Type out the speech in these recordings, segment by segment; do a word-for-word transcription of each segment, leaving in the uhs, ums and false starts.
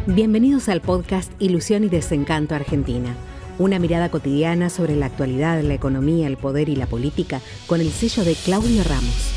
Bienvenidos al podcast Ilusión y Desencanto Argentina. Una mirada cotidiana sobre la actualidad, la economía, el poder y la política con el sello de Claudio Ramos.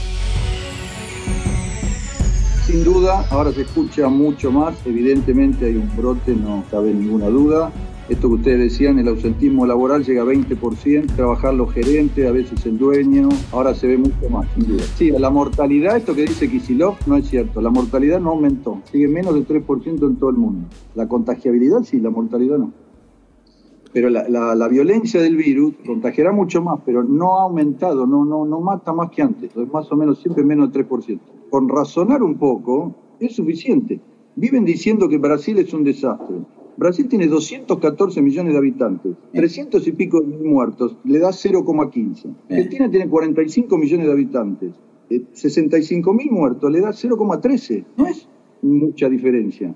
Sin duda, ahora se escucha mucho más. Evidentemente hay un brote, no cabe ninguna duda. Esto que ustedes decían, el ausentismo laboral llega a veinte por ciento, trabajar los gerentes, a veces el dueño, ahora se ve mucho más, sin duda. Sí, la mortalidad, esto que dice Kicillof, no es cierto. La mortalidad no aumentó, sigue menos del tres por ciento en todo el mundo. La contagiabilidad sí, la mortalidad no. Pero la, la, la violencia del virus contagiará mucho más, pero no ha aumentado, no, no, no mata más que antes, es más o menos siempre menos del tres por ciento. Con razonar un poco es suficiente. Viven diciendo que Brasil es un desastre. Brasil tiene doscientos catorce millones de habitantes, trescientos y pico de muertos, le da cero coma quince. Argentina tiene cuarenta y cinco millones de habitantes, sesenta y cinco mil muertos, le da cero coma trece. No es mucha diferencia.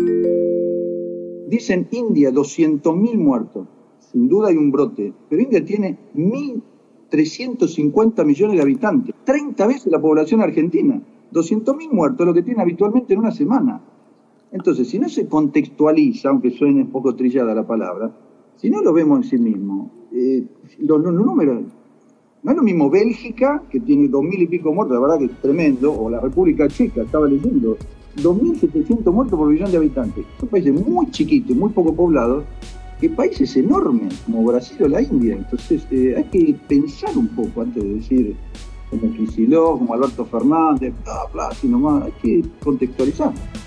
Dicen India, doscientos mil muertos. Sin duda hay un brote, pero India tiene mil trescientos cincuenta millones de habitantes, treinta veces la población argentina. doscientos mil muertos es lo que tiene habitualmente en una semana. Entonces, si no se contextualiza, aunque suene un poco trillada la palabra, si no lo vemos en sí mismo, eh, los, los números, no es lo mismo Bélgica, que tiene dos mil y pico muertos, la verdad que es tremendo, o la República Checa, estaba leyendo, dos mil setecientos muertos por millón de habitantes. Son países muy chiquitos y muy poco poblados, que países enormes, como Brasil o la India. Entonces, eh, hay que pensar un poco antes de decir, como Kicillof, como Alberto Fernández, bla, bla, así nomás, hay que contextualizar.